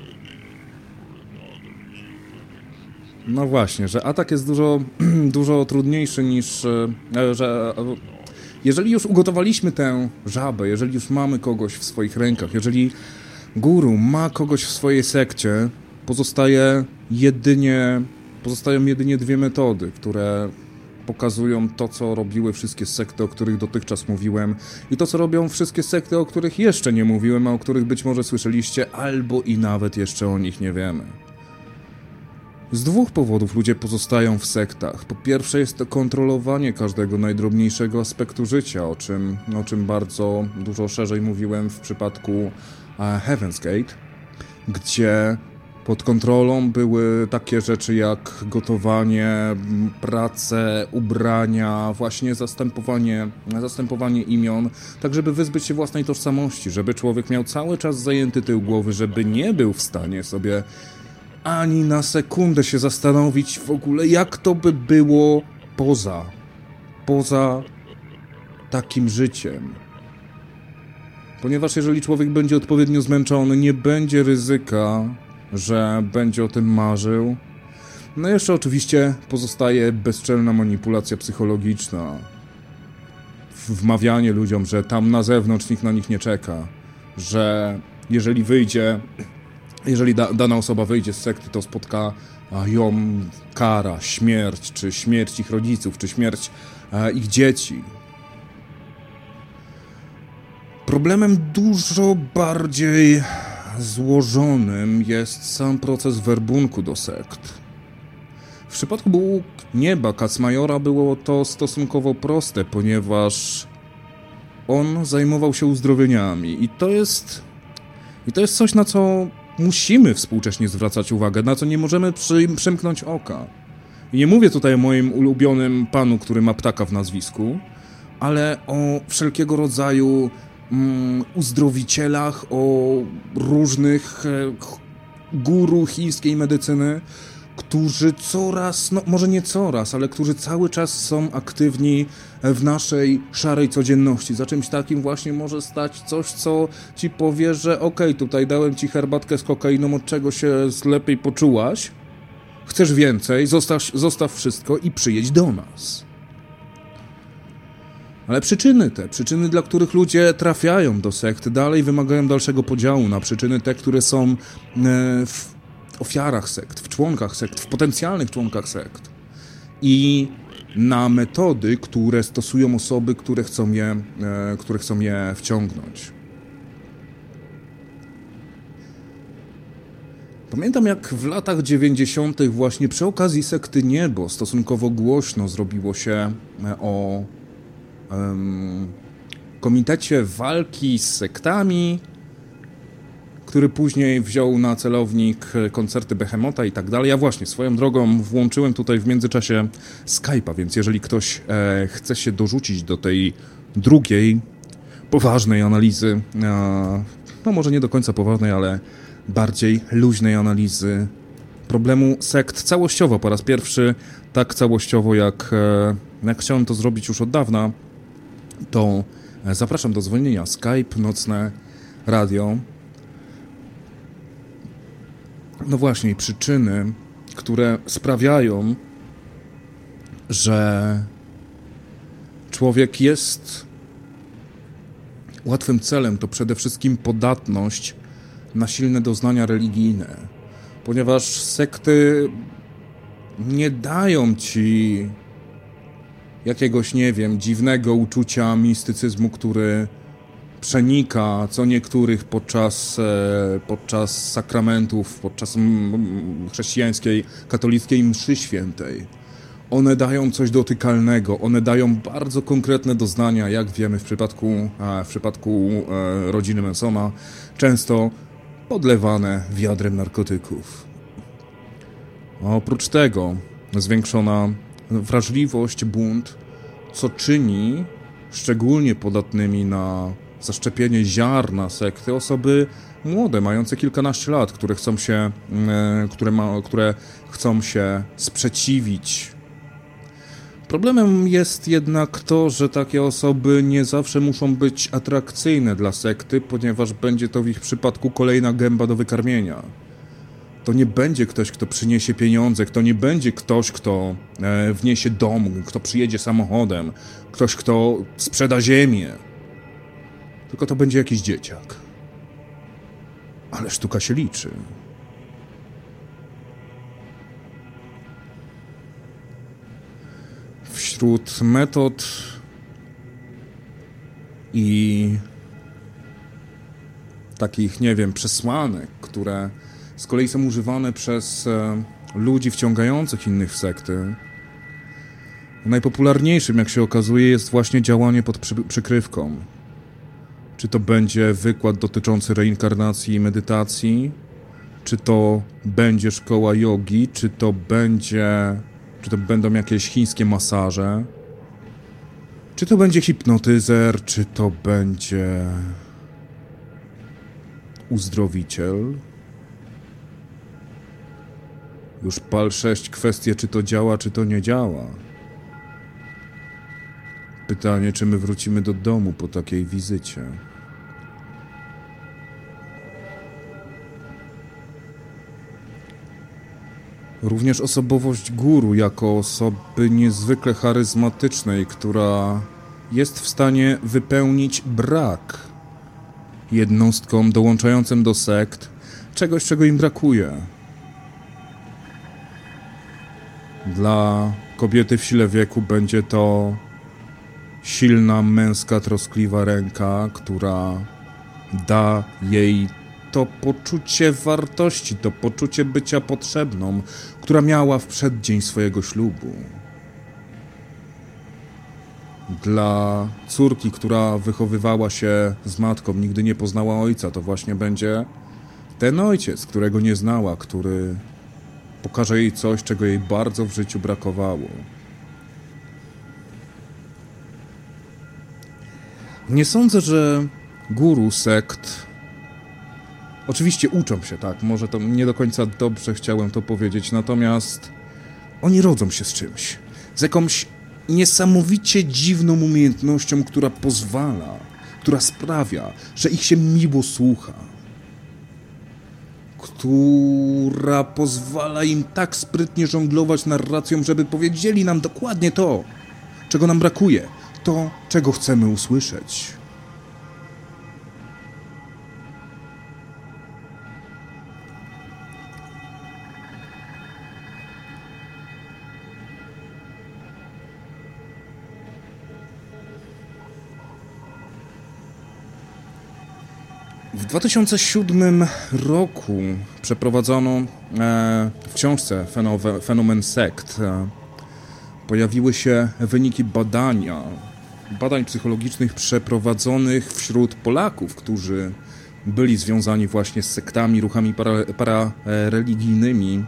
no właśnie, że atak jest dużo, dużo trudniejszy niż, że jeżeli już ugotowaliśmy tę żabę, jeżeli już mamy kogoś w swoich rękach, jeżeli guru ma kogoś w swojej sekcie, pozostaje jedynie, pozostają jedynie dwie metody, które pokazują to, co robiły wszystkie sekty, o których dotychczas mówiłem, i to, co robią wszystkie sekty, o których jeszcze nie mówiłem, a o których być może słyszeliście, albo i nawet jeszcze o nich nie wiemy. Z dwóch powodów ludzie pozostają w sektach. Po pierwsze jest to kontrolowanie każdego najdrobniejszego aspektu życia, o czym, o czym bardzo dużo szerzej mówiłem w przypadku Heaven's Gate, gdzie pod kontrolą były takie rzeczy jak gotowanie, prace, ubrania, właśnie zastępowanie, zastępowanie imion, tak żeby wyzbyć się własnej tożsamości, żeby człowiek miał cały czas zajęty tył głowy, żeby nie był w stanie sobie ani na sekundę się zastanowić w ogóle, jak to by było poza, poza takim życiem. Ponieważ jeżeli człowiek będzie odpowiednio zmęczony, nie będzie ryzyka, że będzie o tym marzył. No jeszcze oczywiście pozostaje bezczelna manipulacja psychologiczna. Wmawianie ludziom, że tam na zewnątrz nikt na nich nie czeka. Że jeżeli wyjdzie, jeżeli da, dana osoba wyjdzie z sekty, to spotka ją kara, śmierć, czy śmierć ich rodziców, czy śmierć e, ich dzieci. Problemem dużo bardziej złożonym jest sam proces werbunku do sekt. W przypadku Bóg Nieba Kacmajora było to stosunkowo proste, ponieważ on zajmował się uzdrowieniami i to jest i to jest coś, na co musimy współcześnie zwracać uwagę, na co nie możemy przy, przymknąć oka. I nie mówię tutaj o moim ulubionym panu, który ma ptaka w nazwisku, ale o wszelkiego rodzaju mm, uzdrowicielach, o różnych e, guru chińskiej medycyny, którzy coraz, no może nie coraz, ale którzy cały czas są aktywni w naszej szarej codzienności. Za czymś takim właśnie może stać coś, co ci powie, że okej, okay, tutaj dałem ci herbatkę z kokainą, od czego się lepiej poczułaś, chcesz więcej, zostaw, zostaw wszystko i przyjedź do nas. Ale przyczyny te, przyczyny, dla których ludzie trafiają do sekt, dalej wymagają dalszego podziału na przyczyny te, które są e, w ofiarach sekt, w członkach sekt, w potencjalnych członkach sekt i na metody, które stosują osoby, które chcą je, e, które chcą je wciągnąć. Pamiętam, jak w latach dziewięćdziesiątych właśnie przy okazji sekty Niebo stosunkowo głośno zrobiło się o um, komitecie walki z sektami, który później wziął na celownik koncerty Behemota i tak dalej. Ja właśnie swoją drogą włączyłem tutaj w międzyczasie Skype'a, więc jeżeli ktoś e, chce się dorzucić do tej drugiej, poważnej analizy, e, no może nie do końca poważnej, ale bardziej luźnej analizy problemu sekt całościowo, po raz pierwszy tak całościowo, jak, e, jak chciałem to zrobić już od dawna, to zapraszam do dzwonienia. Skype, Nocne Radio. No właśnie, przyczyny, które sprawiają, że człowiek jest łatwym celem, to przede wszystkim podatność na silne doznania religijne, ponieważ sekty nie dają ci jakiegoś, nie wiem, dziwnego uczucia mistycyzmu, który przenika co niektórych podczas, e, podczas sakramentów, podczas m, chrześcijańskiej, katolickiej mszy świętej. One dają coś dotykalnego, one dają bardzo konkretne doznania, jak wiemy w przypadku, e, w przypadku e, rodziny Mansona, często podlewane wiadrem narkotyków. A oprócz tego zwiększona wrażliwość, bunt, co czyni szczególnie podatnymi na zaszczepienie ziarna sekty osoby młode, mające kilkanaście lat, które chcą się, które, ma, które chcą się sprzeciwić. Problemem jest jednak to, że takie osoby nie zawsze muszą być atrakcyjne dla sekty, ponieważ będzie to w ich przypadku kolejna gęba do wykarmienia. To nie będzie ktoś, kto przyniesie pieniądze, to nie będzie ktoś, kto wniesie dom, kto przyjedzie samochodem, ktoś, kto sprzeda ziemię. Tylko to będzie jakiś dzieciak. Ale sztuka się liczy. Wśród metod i takich, nie wiem, przesłanek, które z kolei są używane przez e, ludzi wciągających innych w sekty, najpopularniejszym, jak się okazuje, jest właśnie działanie pod przy, przykrywką. Czy to będzie wykład dotyczący reinkarnacji i medytacji, czy to będzie szkoła jogi, czy to będzie, czy to będą jakieś chińskie masaże, czy to będzie hipnotyzer, czy to będzie uzdrowiciel. Już pal sześć kwestie, czy to działa, czy to nie działa. Pytanie, czy my wrócimy do domu po takiej wizycie. Również osobowość guru jako osoby niezwykle charyzmatycznej, która jest w stanie wypełnić brak jednostkom dołączającym do sekt czegoś, czego im brakuje. Dla kobiety w sile wieku będzie to silna, męska, troskliwa ręka, która da jej to poczucie wartości, to poczucie bycia potrzebną, która miała w przeddzień swojego ślubu. Dla córki, która wychowywała się z matką, nigdy nie poznała ojca, to właśnie będzie ten ojciec, którego nie znała, który pokaże jej coś, czego jej bardzo w życiu brakowało. Nie sądzę, że guru sekt oczywiście uczą się, tak, może to nie do końca dobrze chciałem to powiedzieć, natomiast oni rodzą się z czymś, z jakąś niesamowicie dziwną umiejętnością, która pozwala, która sprawia, że ich się miło słucha, która pozwala im tak sprytnie żonglować narracją, żeby powiedzieli nam dokładnie to, czego nam brakuje, to, czego chcemy usłyszeć. W dwa tysiące siódmym roku przeprowadzono e, w książce Fenomen Sekt e, pojawiły się wyniki badania, badań psychologicznych przeprowadzonych wśród Polaków, którzy byli związani właśnie z sektami, ruchami para, parareligijnymi,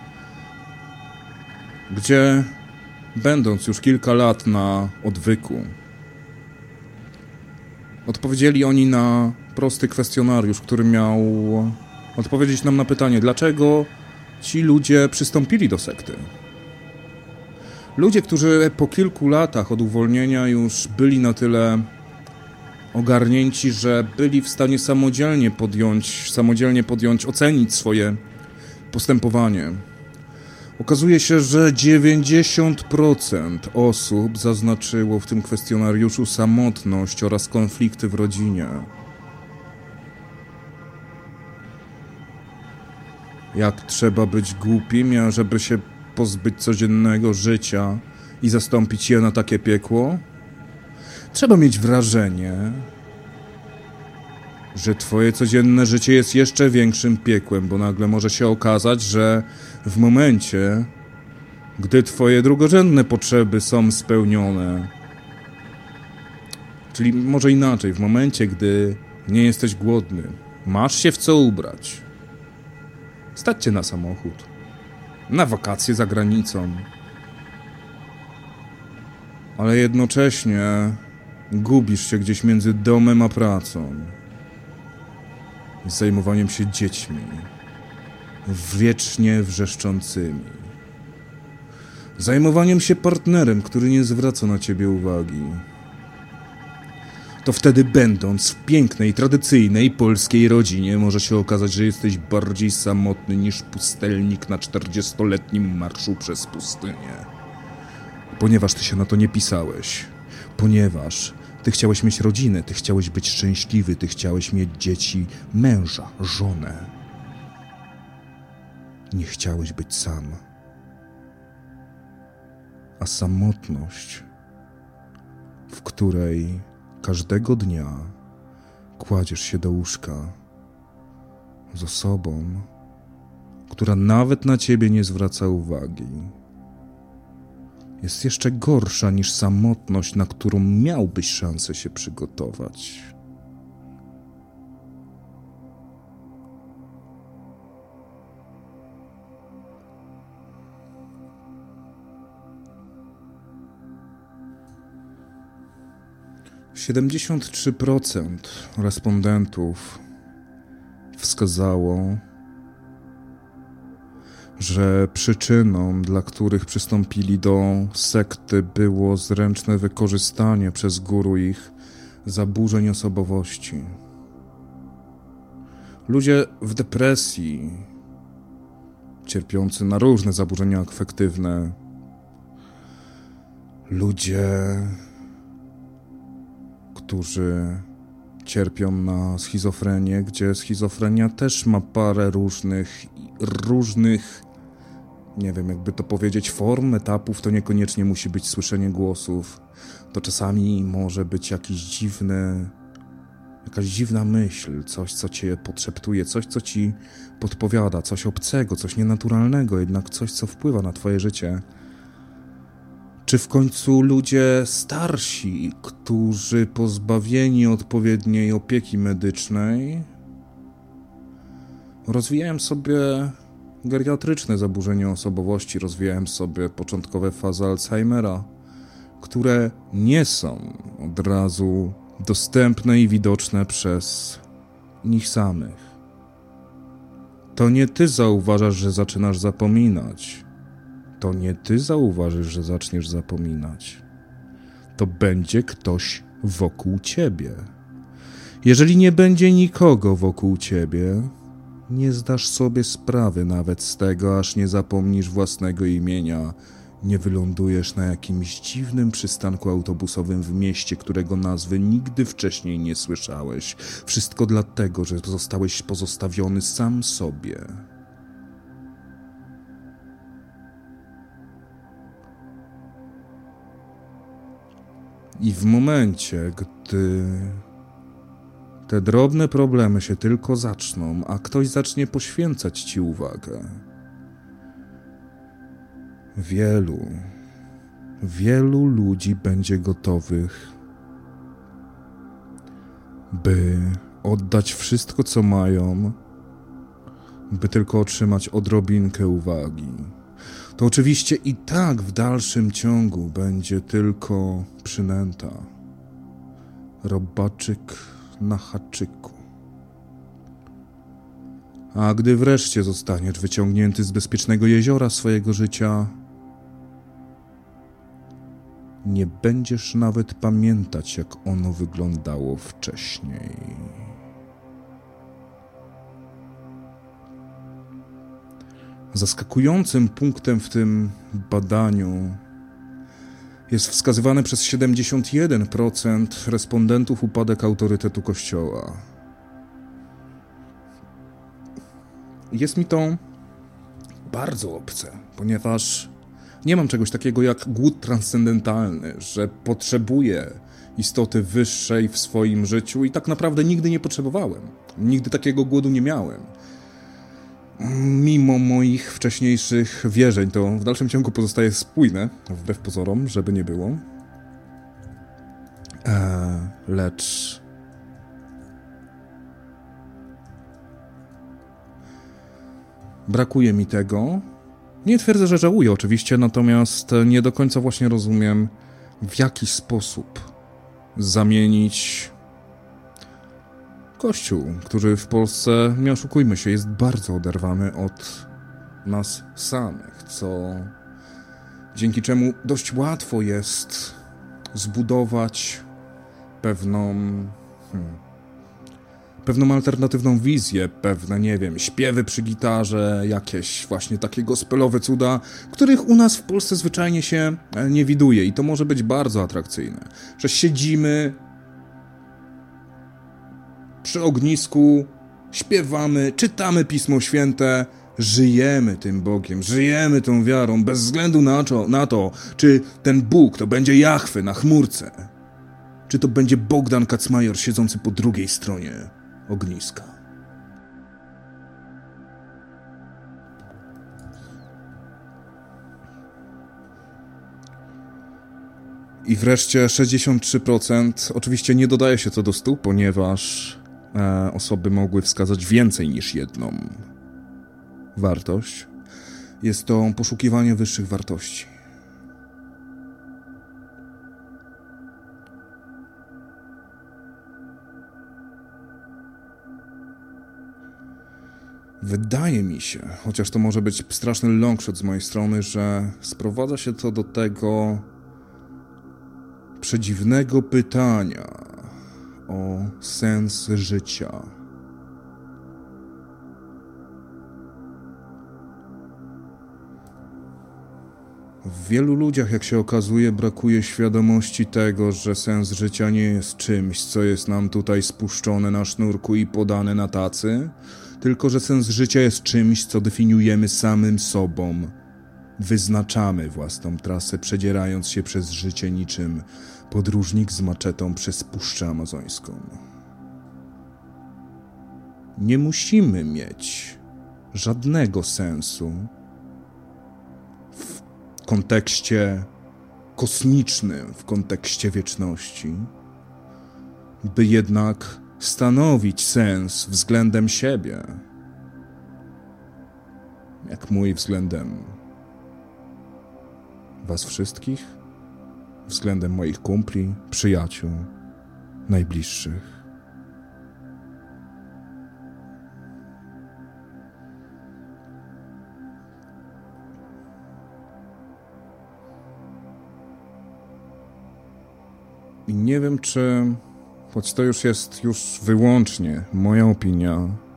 gdzie będąc już kilka lat na odwyku, odpowiedzieli oni na prosty kwestionariusz, który miał odpowiedzieć nam na pytanie, dlaczego ci ludzie przystąpili do sekty. Ludzie, którzy po kilku latach od uwolnienia już byli na tyle ogarnięci, że byli w stanie samodzielnie podjąć, samodzielnie podjąć, ocenić swoje postępowanie. Okazuje się, że dziewięćdziesiąt procent osób zaznaczyło w tym kwestionariuszu samotność oraz konflikty w rodzinie. Jak trzeba być głupim, żeby się pozbyć codziennego życia i zastąpić je na takie piekło? Trzeba mieć wrażenie, że twoje codzienne życie jest jeszcze większym piekłem, bo nagle może się okazać, że w momencie, gdy twoje drugorzędne potrzeby są spełnione, czyli może inaczej, w momencie, gdy nie jesteś głodny, masz się w co ubrać, stać cię na samochód, na wakacje za granicą, ale jednocześnie gubisz się gdzieś między domem a pracą i zajmowaniem się dziećmi wiecznie wrzeszczącymi, zajmowaniem się partnerem, który nie zwraca na ciebie uwagi. To wtedy, będąc w pięknej, tradycyjnej polskiej rodzinie, może się okazać, że jesteś bardziej samotny niż pustelnik na czterdziestoletnim marszu przez pustynię. Ponieważ ty się na to nie pisałeś. Ponieważ ty chciałeś mieć rodzinę, ty chciałeś być szczęśliwy, ty chciałeś mieć dzieci, męża, żonę. Nie chciałeś być sam. A samotność, w której każdego dnia kładziesz się do łóżka z osobą, która nawet na ciebie nie zwraca uwagi, jest jeszcze gorsza niż samotność, na którą miałbyś szansę się przygotować. siedemdziesiąt trzy procent respondentów wskazało, że przyczyną, dla których przystąpili do sekty, było zręczne wykorzystanie przez guru ich zaburzeń osobowości. Ludzie w depresji, cierpiący na różne zaburzenia afektywne, ludzie, którzy cierpią na schizofrenię, gdzie schizofrenia też ma parę różnych, różnych, nie wiem jakby to powiedzieć, form, etapów. To niekoniecznie musi być słyszenie głosów. To czasami może być jakiś dziwny, jakaś dziwna myśl, coś, co cię podszeptuje, coś, co ci podpowiada, coś obcego, coś nienaturalnego, jednak coś, co wpływa na twoje życie. Czy w końcu ludzie starsi, którzy pozbawieni odpowiedniej opieki medycznej rozwijają sobie geriatryczne zaburzenie osobowości, rozwijają sobie początkowe fazy Alzheimera, które nie są od razu dostępne i widoczne przez nich samych. To nie ty zauważasz, że zaczynasz zapominać. To nie ty zauważysz, że zaczniesz zapominać. To będzie ktoś wokół ciebie. Jeżeli nie będzie nikogo wokół ciebie, nie zdasz sobie sprawy nawet z tego, aż nie zapomnisz własnego imienia, nie wylądujesz na jakimś dziwnym przystanku autobusowym w mieście, którego nazwy nigdy wcześniej nie słyszałeś. Wszystko dlatego, że zostałeś pozostawiony sam sobie. I w momencie, gdy te drobne problemy się tylko zaczną, a ktoś zacznie poświęcać ci uwagę, wielu, wielu ludzi będzie gotowych, by oddać wszystko, co mają, by tylko otrzymać odrobinkę uwagi. To oczywiście i tak w dalszym ciągu będzie tylko przynęta. Robaczyk na haczyku. A gdy wreszcie zostaniesz wyciągnięty z bezpiecznego jeziora swojego życia, nie będziesz nawet pamiętać, jak ono wyglądało wcześniej. Zaskakującym punktem w tym badaniu jest wskazywany przez siedemdziesiąt jeden procent respondentów upadek autorytetu Kościoła. Jest mi to bardzo obce, ponieważ nie mam czegoś takiego jak głód transcendentalny, że potrzebuję istoty wyższej w swoim życiu i tak naprawdę nigdy nie potrzebowałem. Nigdy takiego głodu nie miałem. Mimo moich wcześniejszych wierzeń, to w dalszym ciągu pozostaje spójne, wbrew pozorom, żeby nie było. Eee, lecz brakuje mi tego. Nie twierdzę, że żałuję oczywiście, natomiast nie do końca właśnie rozumiem, w jaki sposób zamienić Kościół, który w Polsce, nie oszukujmy się, jest bardzo oderwany od nas samych, co dzięki czemu dość łatwo jest zbudować pewną hmm, pewną alternatywną wizję, pewne, nie wiem, śpiewy przy gitarze, jakieś właśnie takie gospelowe cuda, których u nas w Polsce zwyczajnie się nie widuje i to może być bardzo atrakcyjne, że siedzimy przy ognisku, śpiewamy, czytamy Pismo Święte, żyjemy tym Bogiem, żyjemy tą wiarą, bez względu na to, na to, czy ten Bóg to będzie Jahwe na chmurce, czy to będzie Bogdan Kacmajor siedzący po drugiej stronie ogniska. I wreszcie sześćdziesiąt trzy procent, oczywiście nie dodaje się to do stu, ponieważ e, osoby mogły wskazać więcej niż jedną wartość. Jest to poszukiwanie wyższych wartości. Wydaje mi się, chociaż to może być straszny longshot z mojej strony, że sprowadza się to do tego przedziwnego pytania o sens życia. W wielu ludziach, jak się okazuje, brakuje świadomości tego, że sens życia nie jest czymś, co jest nam tutaj spuszczone na sznurku i podane na tacy, tylko że sens życia jest czymś, co definiujemy samym sobą. Wyznaczamy własną trasę, przedzierając się przez życie niczym podróżnik z maczetą przez Puszczę Amazońską. Nie musimy mieć żadnego sensu w kontekście kosmicznym, w kontekście wieczności, by jednak stanowić sens względem siebie, jak mój względem was wszystkich, względem moich kumpli, przyjaciół, najbliższych. I nie wiem, czy, choć to już jest już wyłącznie moja opinia,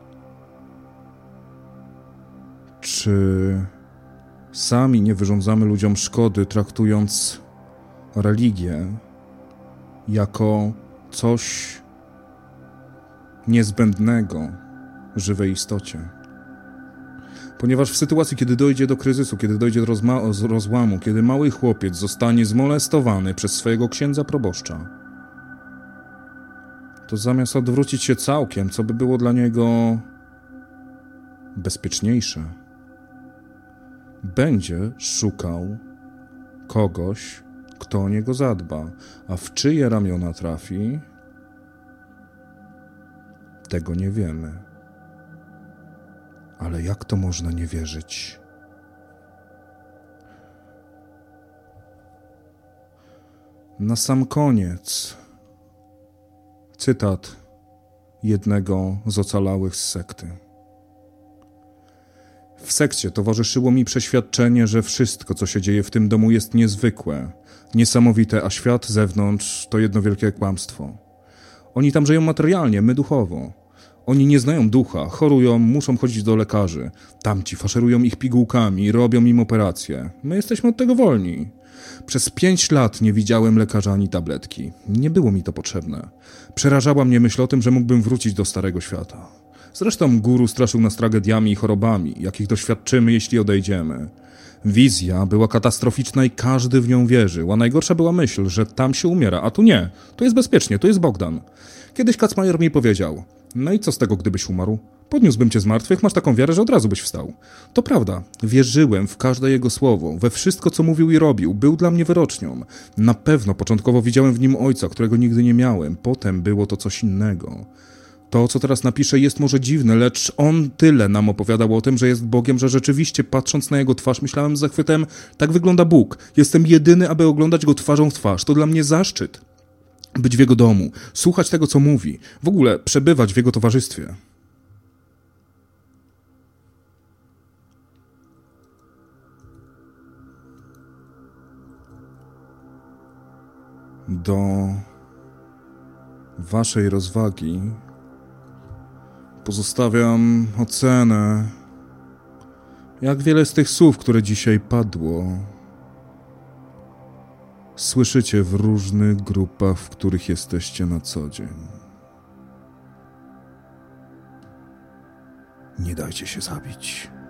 czy sami nie wyrządzamy ludziom szkody, traktując religię jako coś niezbędnego żywej istocie. Ponieważ w sytuacji, kiedy dojdzie do kryzysu, kiedy dojdzie do rozma- rozłamu, kiedy mały chłopiec zostanie zmolestowany przez swojego księdza proboszcza, to zamiast odwrócić się całkiem, co by było dla niego bezpieczniejsze, będzie szukał kogoś, kto o niego zadba, a w czyje ramiona trafi, tego nie wiemy. Ale jak to można nie wierzyć? Na sam koniec cytat jednego z ocalałych z sekty. W sekcie towarzyszyło mi przeświadczenie, że wszystko, co się dzieje w tym domu, jest niezwykłe, niesamowite, a świat zewnątrz to jedno wielkie kłamstwo. Oni tam żyją materialnie, my duchowo. Oni nie znają ducha, chorują, muszą chodzić do lekarzy. Tamci faszerują ich pigułkami, robią im operacje. My jesteśmy od tego wolni. Przez pięć lat nie widziałem lekarza ani tabletki. Nie było mi to potrzebne. Przerażała mnie myśl o tym, że mógłbym wrócić do starego świata. Zresztą guru straszył nas tragediami i chorobami, jakich doświadczymy, jeśli odejdziemy. Wizja była katastroficzna i każdy w nią wierzył, a najgorsza była myśl, że tam się umiera, a tu nie. Tu jest bezpiecznie, tu jest Bogdan. Kiedyś Kacmajor mi powiedział: no i co z tego, gdybyś umarł? Podniósłbym cię z martwych, masz taką wiarę, że od razu byś wstał. To prawda, wierzyłem w każde jego słowo, we wszystko, co mówił i robił, był dla mnie wyrocznią. Na pewno początkowo widziałem w nim ojca, którego nigdy nie miałem, potem było to coś innego. To, co teraz napiszę, jest może dziwne, lecz on tyle nam opowiadał o tym, że jest Bogiem, że rzeczywiście, patrząc na jego twarz, myślałem z zachwytem, tak wygląda Bóg. Jestem jedyny, aby oglądać go twarzą w twarz. To dla mnie zaszczyt. Być w jego domu, słuchać tego, co mówi, w ogóle przebywać w jego towarzystwie. Do waszej rozwagi pozostawiam ocenę, jak wiele z tych słów, które dzisiaj padło, słyszycie w różnych grupach, w których jesteście na co dzień. Nie dajcie się zabić.